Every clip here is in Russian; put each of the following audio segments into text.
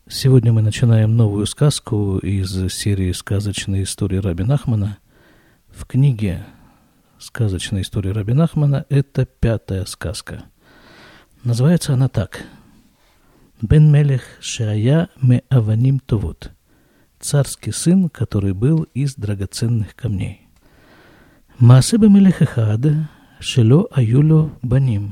Сегодня мы начинаем новую сказку из серии «Сказочные истории Раби Нахмана». В книге «Сказочные истории Раби Нахмана» это 5-я сказка. Называется она так. «Бен Мелех Шая ме аваним товот». Царский сын, который был из драгоценных камней. «Маасе бемелех эхад шело аюло баним».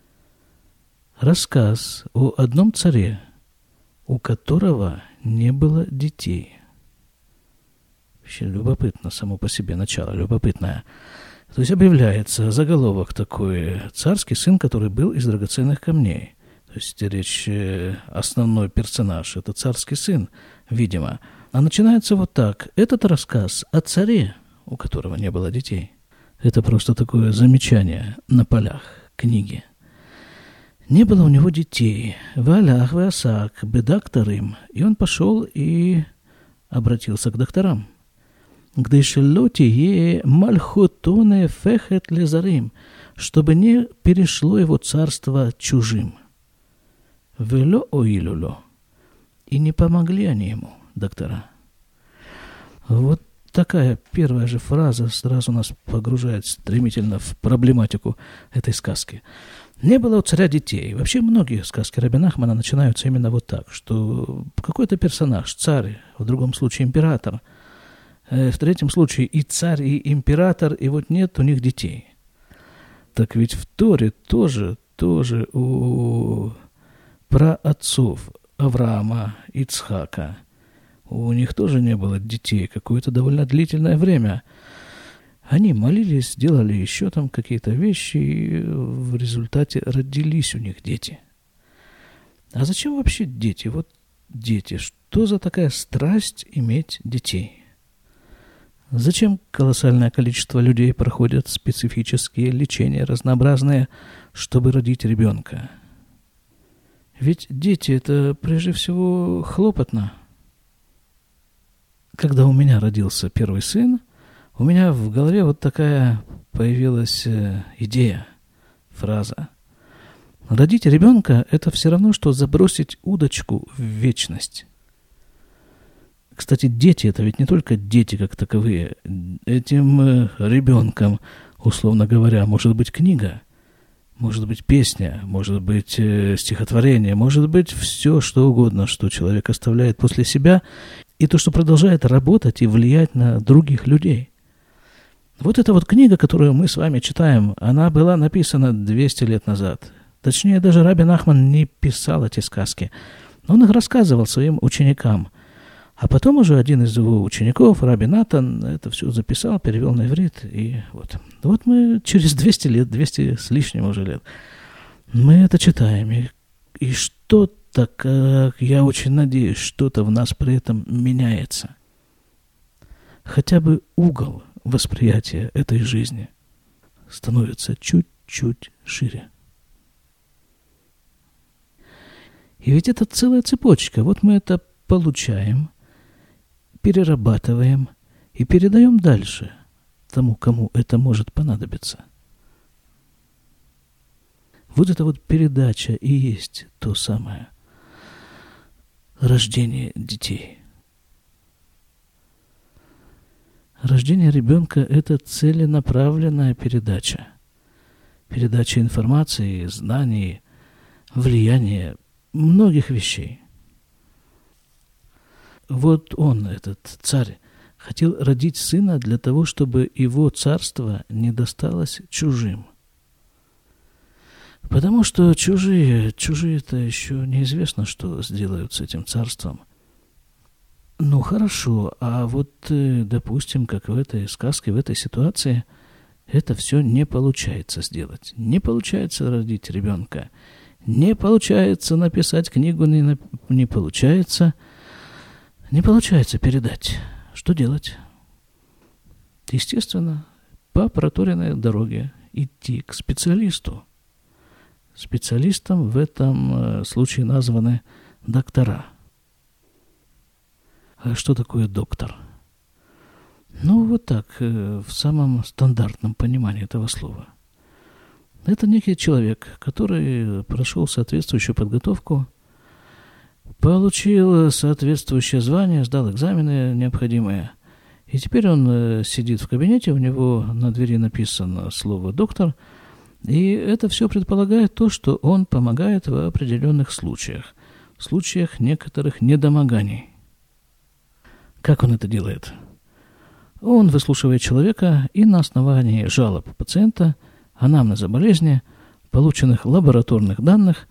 Рассказ о одном царе, у которого не было детей. Вообще любопытно само по себе начало, любопытное. То есть объявляется заголовок такой: царский сын, который был из драгоценных камней. То есть речь, основной персонаж, это царский сын, видимо. А начинается вот так. Этот рассказ о царе, у которого не было детей. Это просто такое замечание на полях книги. Не было у него детей. Валях, васак, бедакторим. И он пошел и обратился к докторам. Гдешелоти е мальхотоне фехет лезарим, чтобы не перешло его царство чужим. Вело оилюло. И не помогли они ему, доктора. Вот такая первая же фраза сразу нас погружает стремительно в проблематику этой сказки. Не было у царя детей. Вообще многие сказки Раби Нахмана начинаются именно вот так, что какой-то персонаж, царь, в другом случае император, в третьем случае и царь, и император, и вот нет у них детей. Так ведь в Торе тоже у праотцов Авраама, Ицхака, у них тоже не было детей какое-то довольно длительное время. Они молились, делали еще там какие-то вещи, и в результате родились у них дети. А зачем вообще дети? Вот дети. Что за такая страсть иметь детей? Зачем колоссальное количество людей проходят специфические лечения разнообразные, чтобы родить ребенка? Ведь дети – это прежде всего хлопотно. Когда у меня родился первый сын, у меня в голове вот такая появилась идея, фраза. Родить ребенка – это все равно, что забросить удочку в вечность. Кстати, дети – это ведь не только дети как таковые. Этим ребенком, условно говоря, может быть книга, может быть песня, может быть стихотворение, может быть все, что угодно, что человек оставляет после себя, и то, что продолжает работать и влиять на других людей. Вот эта вот книга, которую мы с вами читаем, она была написана 200 лет назад. Точнее, даже Раби Нахман не писал эти сказки. Он их рассказывал своим ученикам. А потом уже один из его учеников, Раби Натан, это все записал, перевел на иврит. И вот. Вот мы через 200 лет, 200 с лишним уже лет, мы это читаем. И что-то, как я очень надеюсь, что-то в нас при этом меняется. Хотя бы угол восприятие этой жизни становится чуть-чуть шире. И ведь это целая цепочка. Вот мы это получаем, перерабатываем и передаем дальше тому, кому это может понадобиться. Вот эта вот передача и есть то самое рождение детей. Рождение ребенка – это целенаправленная передача. Передача информации, знаний, влияния, многих вещей. Вот он, этот царь, хотел родить сына для того, чтобы его царство не досталось чужим. Потому что чужие-то еще неизвестно, что сделают с этим царством. Ну, хорошо, а вот, допустим, как в этой сказке, в этой ситуации, это все не получается сделать. Не получается родить ребенка. Не получается написать книгу, не получается передать. Что делать? Естественно, по проторенной дороге идти к специалисту. Специалистом в этом случае названы доктора. А что такое доктор? Ну, вот так, в самом стандартном понимании этого слова. Это некий человек, который прошел соответствующую подготовку, Получил соответствующее звание, сдал экзамены необходимые. И теперь он сидит в кабинете, у него на двери написано слово «доктор». И это все предполагает то, что он помогает в определенных случаях. В случаях некоторых недомоганий. Как он это делает? Он выслушивает человека и на основании жалоб пациента, анамнеза болезни, полученных лабораторных данных,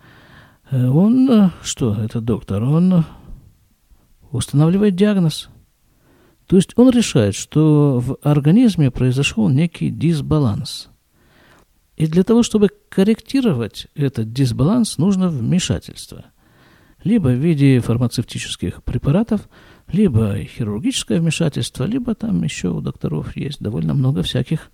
он, этот доктор, он устанавливает диагноз. То есть он решает, что в организме произошел некий дисбаланс. И для того, чтобы корректировать этот дисбаланс, нужно вмешательство. Либо в виде фармацевтических препаратов, либо хирургическое вмешательство, либо там еще у докторов есть довольно много всяких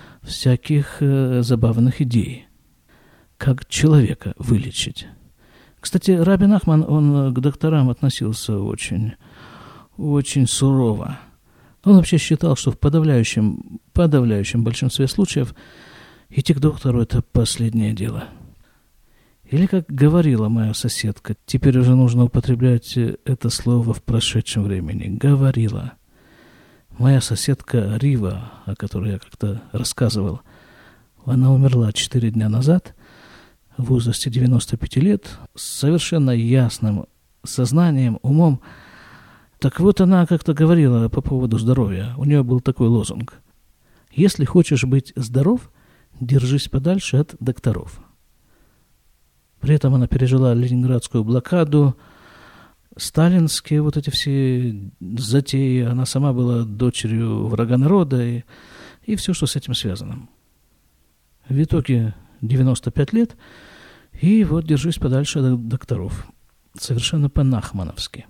забавных идей, как человека вылечить. Кстати, Раби Нахман, он к докторам относился очень, очень сурово. Он вообще считал, что в подавляющем большинстве случаев идти к доктору – это последнее дело. Или, как говорила моя соседка, теперь уже нужно употреблять это слово в прошедшем времени, говорила. Моя соседка Рива, о которой я как-то рассказывал, она умерла 4 дня назад, в возрасте 95 лет, с совершенно ясным сознанием, умом. Так вот, она как-то говорила по поводу здоровья. У нее был такой лозунг: если хочешь быть здоров, держись подальше от докторов. При этом она пережила Ленинградскую блокаду, сталинские вот эти все затеи. Она сама была дочерью врага народа и все, что с этим связано. В итоге 95 лет, и вот держись подальше от докторов. Совершенно по-нахмановски.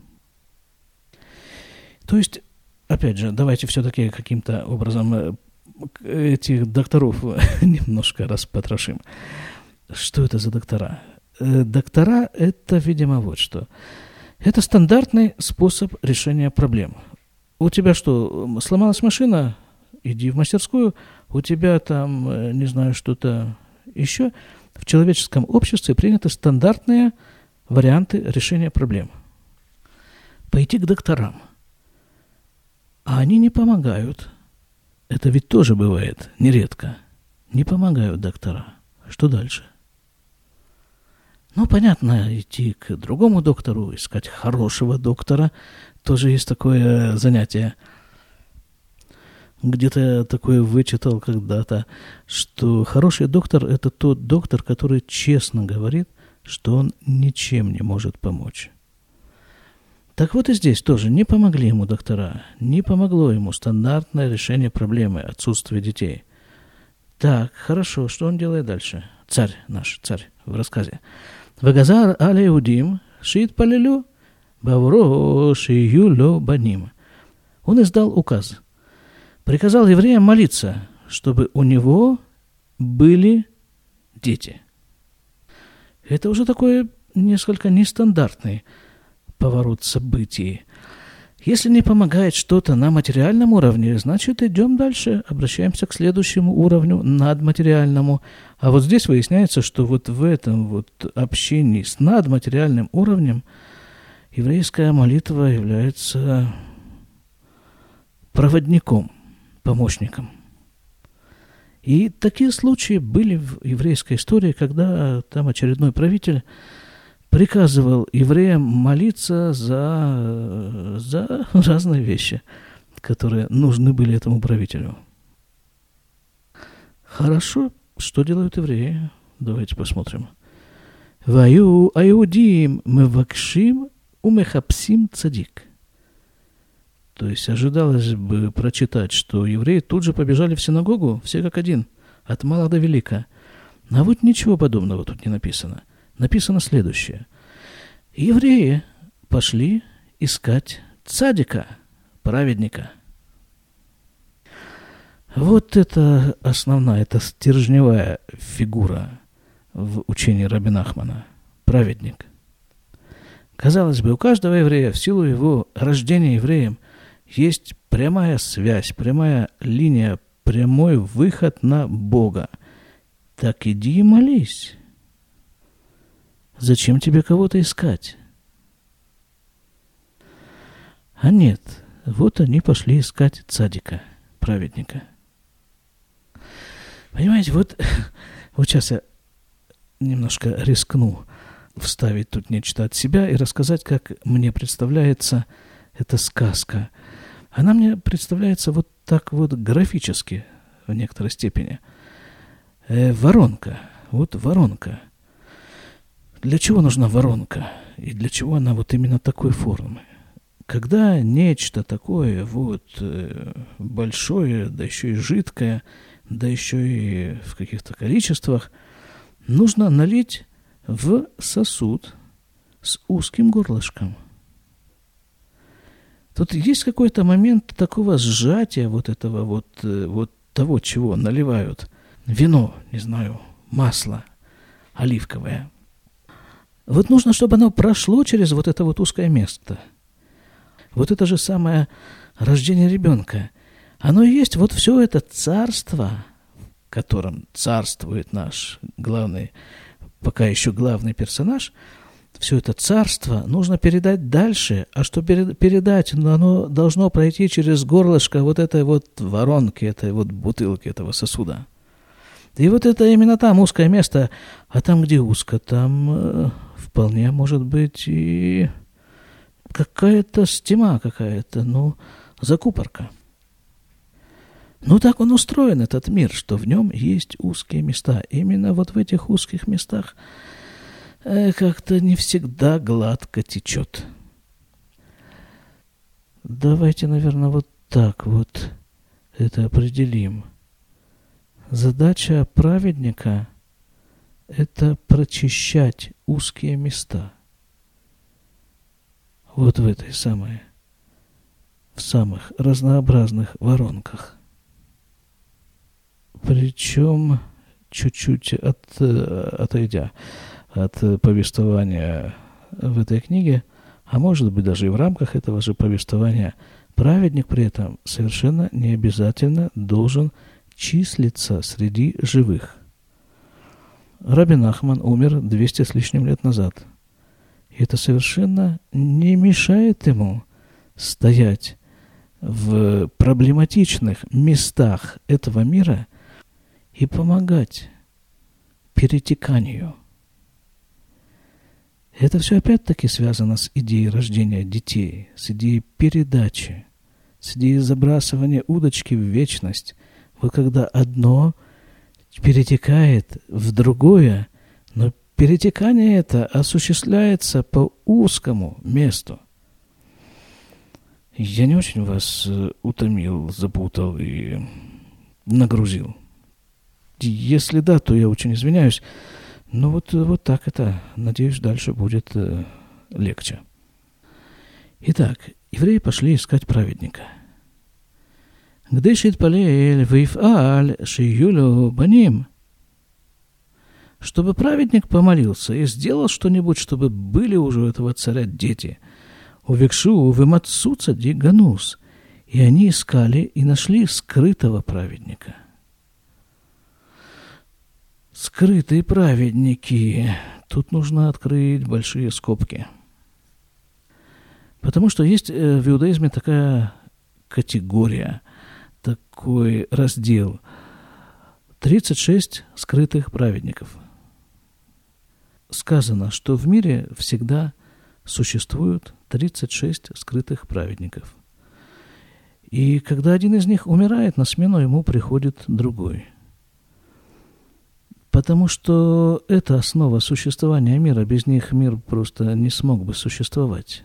То есть, опять же, давайте все-таки каким-то образом этих докторов немножко распотрошим. Что это за доктора? Доктора – это, видимо, вот что. Это стандартный способ решения проблем. У тебя что, сломалась машина? Иди в мастерскую. У тебя там, не знаю, что-то еще. В человеческом обществе приняты стандартные варианты решения проблем. Пойти к докторам. А они не помогают. Это ведь тоже бывает нередко. Не помогают доктора. Что дальше? Ну, понятно, идти к другому доктору, искать хорошего доктора. Тоже есть такое занятие. Где-то я такое вычитал когда-то, что хороший доктор – это тот доктор, который честно говорит, что он ничем не может помочь. Так вот и здесь тоже не помогли ему доктора, не помогло ему стандартное решение проблемы отсутствия детей. Так, хорошо, что он делает дальше? Наш царь в рассказе. «Вагазар але иудим шит палилю бавро шию ло баним». Он издал указ. Приказал евреям молиться, чтобы у него были дети. Это уже такой несколько нестандартный поворот событий. Если не помогает что-то на материальном уровне, значит, идем дальше, обращаемся к следующему уровню, надматериальному. А вот здесь выясняется, что вот в этом вот общении с надматериальным уровнем еврейская молитва является проводником, помощником. И такие случаи были в еврейской истории, когда там очередной правитель приказывал евреям молиться за разные вещи, которые нужны были этому правителю. Хорошо, что делают евреи? Давайте посмотрим. «Ваю аюдим мевакшим умехапсим цадик». То есть ожидалось бы прочитать, что евреи тут же побежали в синагогу, все как один, от мала до велика. А вот ничего подобного тут не написано. Написано следующее. Евреи пошли искать цадика, праведника. Вот это основная, это стержневая фигура в учении Раби Нахмана. Праведник. Казалось бы, у каждого еврея в силу его рождения евреем есть прямая связь, прямая линия, прямой выход на Бога. Так иди и молись. Зачем тебе кого-то искать? А нет, вот они пошли искать цадика, праведника. Понимаете, вот сейчас я немножко рискну вставить тут нечто от себя и рассказать, как мне представляется эта сказка. Она мне представляется вот так вот графически в некоторой степени. Воронка. Вот воронка. Для чего нужна воронка? И для чего она вот именно такой формы? Когда нечто такое вот большое, да еще и жидкое, да еще и в каких-то количествах, нужно налить в сосуд с узким горлышком. Тут есть какой-то момент такого сжатия вот этого вот того, чего наливают. Вино, не знаю, масло оливковое. Вот нужно, чтобы оно прошло через вот это вот узкое место. Вот это же самое рождение ребенка. Оно и есть вот все это царство, в котором царствует наш главный, пока еще главный персонаж. Все это царство нужно передать дальше, а чтобы передать, оно должно пройти через горлышко вот этой вот воронки, этой вот бутылки, этого сосуда. И вот это именно там узкое место, а там, где узко, там вполне может быть и какая-то стема какая-то, закупорка. Так он устроен, этот мир, что в нем есть узкие места. Именно вот в этих узких местах как-то не всегда гладко течет. Давайте, наверное, вот так вот это определим. Задача праведника – это прочищать узкие места. Вот в этой самой, в самых разнообразных воронках. Причем, чуть-чуть отойдя от повествования в этой книге, а может быть даже и в рамках этого же повествования, праведник при этом совершенно не обязательно должен числиться среди живых. Раби Нахман умер 200 с лишним лет назад. И это совершенно не мешает ему стоять в проблематичных местах этого мира и помогать перетеканию. Это все опять-таки связано с идеей рождения детей, с идеей передачи, с идеей забрасывания удочки в вечность. Вот когда одно перетекает в другое, но перетекание это осуществляется по узкому месту. Я не очень вас утомил, запутал и нагрузил. Если да, то я очень извиняюсь. Но вот так это, надеюсь, дальше будет легче. Итак, евреи пошли искать праведника. Где шитпалеэль вейфааль шиюлю баним? Чтобы праведник помолился и сделал что-нибудь, чтобы были уже у этого царя дети. Увекшу вымацу цадик ганус. И они искали и нашли скрытого праведника. Скрытые праведники. Тут нужно открыть большие скобки. Потому что есть в иудаизме такая категория, такой раздел. 36 скрытых праведников. Сказано, что в мире всегда существует 36 скрытых праведников. И когда один из них умирает, на смену ему приходит другой. Потому что это основа существования мира. Без них мир просто не смог бы существовать.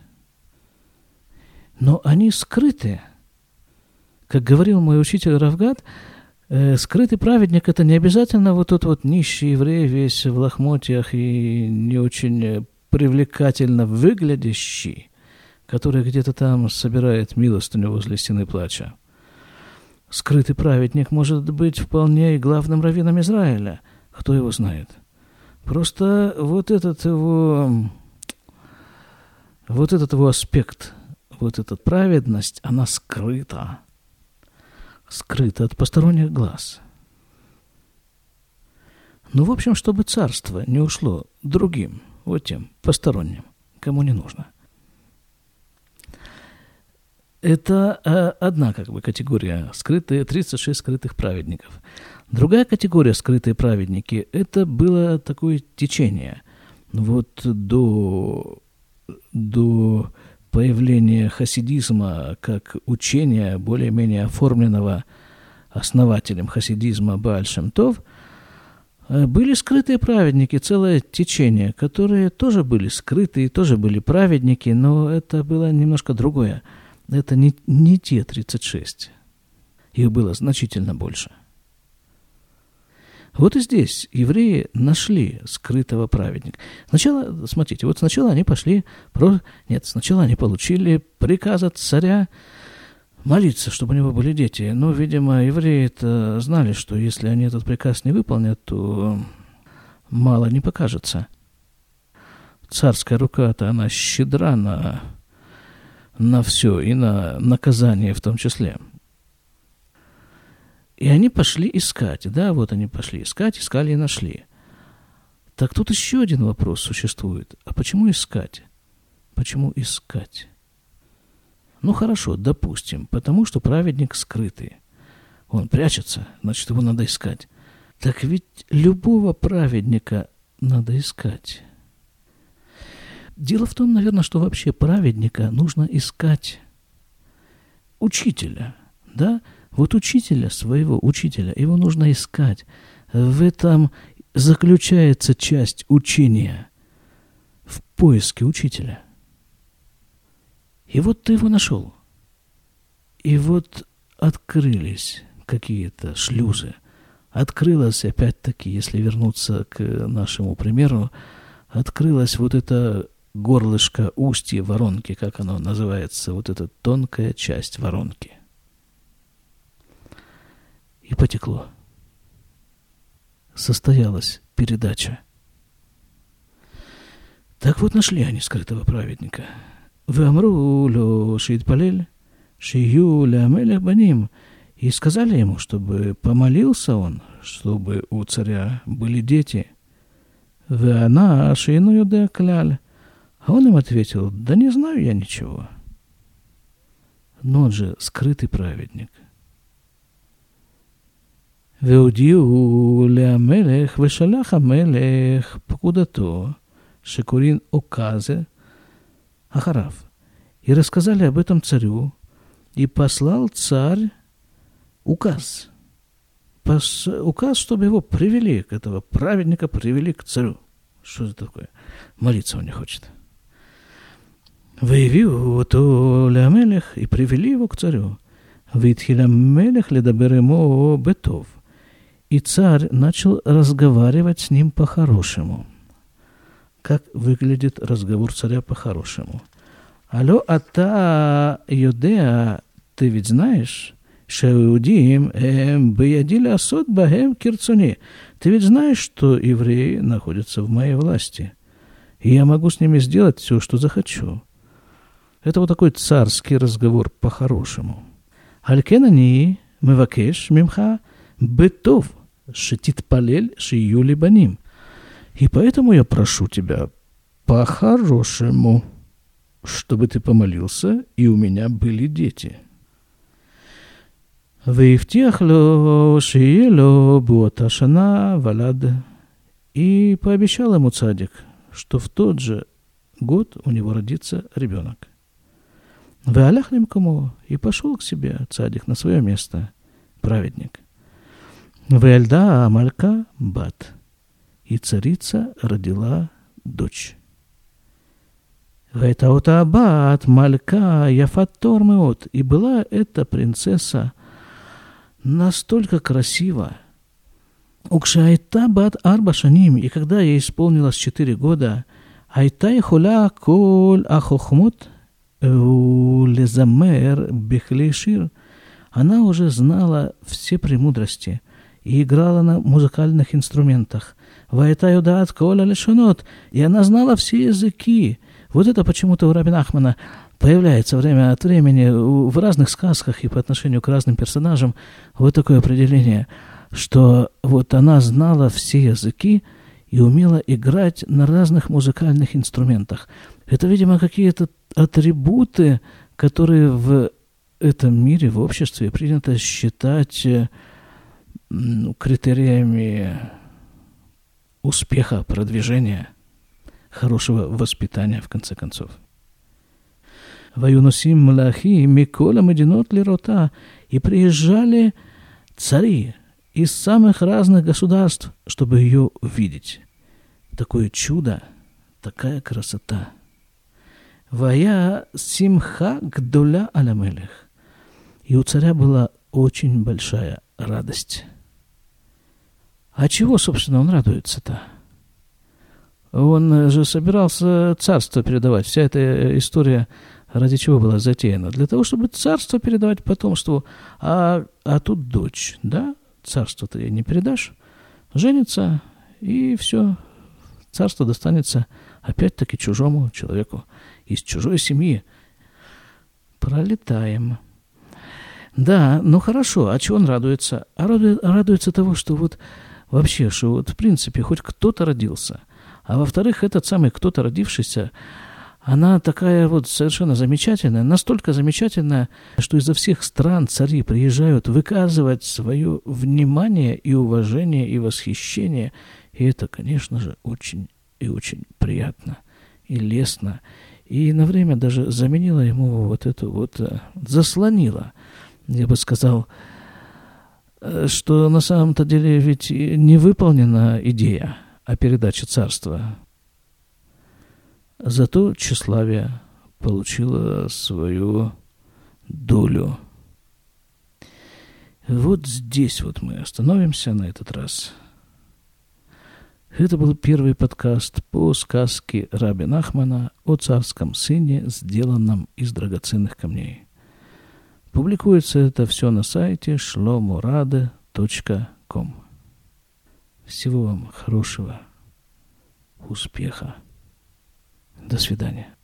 Но они скрыты. Как говорил мой учитель Равгат, скрытый праведник – это не обязательно вот тот вот нищий еврей, весь в лохмотьях и не очень привлекательно выглядящий, который где-то там собирает милостыню возле стены плача. Скрытый праведник может быть вполне и главным раввином Израиля. Кто его знает? Просто вот этот его аспект, вот эта праведность, она скрыта от посторонних глаз. В общем, чтобы царство не ушло другим, вот тем, посторонним, кому не нужно. Это одна категория, 36 скрытых праведников. Другая категория скрытые праведники, это было такое течение. Вот до появления хасидизма как учения, более-менее оформленного основателем хасидизма Бааль Шем Тов, были скрытые праведники, целое течение, которые тоже были скрытые, тоже были праведники, но это было немножко другое. Это не те 36. Их было значительно больше. Вот и здесь евреи нашли скрытого праведника. Сначала они пошли, сначала они получили приказ от царя молиться, чтобы у него были дети. Но, видимо, евреи-то знали, что если они этот приказ не выполнят, то мало не покажется. Царская рука-то, она щедра на все, и на наказание в том числе. И они пошли искать. Они пошли искать, искали и нашли. Так тут еще один вопрос существует. А почему искать? Почему искать? Хорошо, допустим, потому что праведник скрытый. Он прячется, значит, его надо искать. Так ведь любого праведника надо искать. Дело в том, наверное, что вообще праведника нужно искать. Учителя, Вот учителя, своего учителя, его нужно искать. В этом заключается часть учения, в поиске учителя. И вот ты его нашел. И вот открылись какие-то шлюзы. Открылось, опять-таки, если вернуться к нашему примеру, открылось вот это горлышко, устье воронки, как оно называется, вот эта тонкая часть воронки. И потекло. Состоялась передача. Так вот нашли они скрытого праведника. «Веамру ло шиитпалель, шию леамелех баним». И сказали ему, чтобы помолился он, чтобы у царя были дети. «Веана шиину юдеа кляль». А он им ответил: «Да не знаю я ничего». Но он же скрытый праведник. והודיעו להמלך ושלח המלך פקודתו שקוראים אוקזה אחריו. И рассказали об этом царю, и послал царь указ. Указ, чтобы его привели, этого праведника привели к царю. Что это такое? Молиться он не хочет. «Выявил אותו להמלך», и привели его к царю. «Витхил המלך לדבר עמו בטוב». И царь начал разговаривать с ним по-хорошему. Как выглядит разговор царя по-хорошему? «Алло, ата йодеа, ты ведь знаешь, шеудим беядили асот бахем кирцуни. Ты ведь знаешь, что евреи находятся в моей власти, и я могу с ними сделать все, что захочу». Это вот такой царский разговор по-хорошему. «Алькенани мевакеш мимха бетов шетитпалель шиюли баним». И поэтому я прошу тебя по-хорошему, чтобы ты помолился, и у меня были дети. «Веивтиах ло шиело буота шана валад». И пообещал ему цадик, что в тот же год у него родится ребенок. «Веалях лимкому», и пошел к себе цадик на свое место, праведник. «Веальда амалька бат». И царица родила дочь. «Вейтаота бат малька яфаттор меот». И была эта принцесса настолько красива. «Укшайта бат арба шаним». И когда ей исполнилось 4 года, «Айта яхула коль ахохмот лезамер бехлейшир». Она уже знала все премудрости и играла на музыкальных инструментах. «Вайта юдаат коля лешонот». И она знала все языки. Вот это почему-то у Раби Нахмана появляется время от времени в разных сказках и по отношению к разным персонажам вот такое определение, что вот она знала все языки и умела играть на разных музыкальных инструментах. Это, видимо, какие-то атрибуты, которые в этом мире, в обществе принято считать критериями успеха, продвижения, хорошего воспитания, в конце концов. «Ваюносим млахи микола мединот лирота». И приезжали цари из самых разных государств, чтобы ее увидеть. Такое чудо, такая красота. «Вая симха гдоля аля мелех». И у царя была очень большая радость. А чего, собственно, он радуется-то? Он же собирался царство передавать. Вся эта история ради чего была затеяна? Для того, чтобы царство передавать потомству. А тут дочь, да? Царство ты не передашь. Женится, и все. Царство достанется опять-таки чужому человеку. Из чужой семьи. Пролетаем. Да, ну хорошо, а чего он радуется? Радуется того, что вот вообще, что вот в принципе хоть кто-то родился. А во-вторых, этот самый кто-то родившийся, она такая вот совершенно замечательная, настолько замечательная, что изо всех стран цари приезжают выказывать свое внимание и уважение и восхищение. И это, конечно же, очень и очень приятно и лестно. И на время даже заменило ему вот эту вот, заслонило. Я бы сказал, что на самом-то деле ведь не выполнена идея о передаче царства. Зато тщеславие получило свою долю. Вот здесь вот мы остановимся на этот раз. Это был первый подкаст по сказке Раби Нахмана о царском сыне, сделанном из драгоценных камней. Публикуется это все на сайте shlomorade.com. Всего вам хорошего, успеха. До свидания.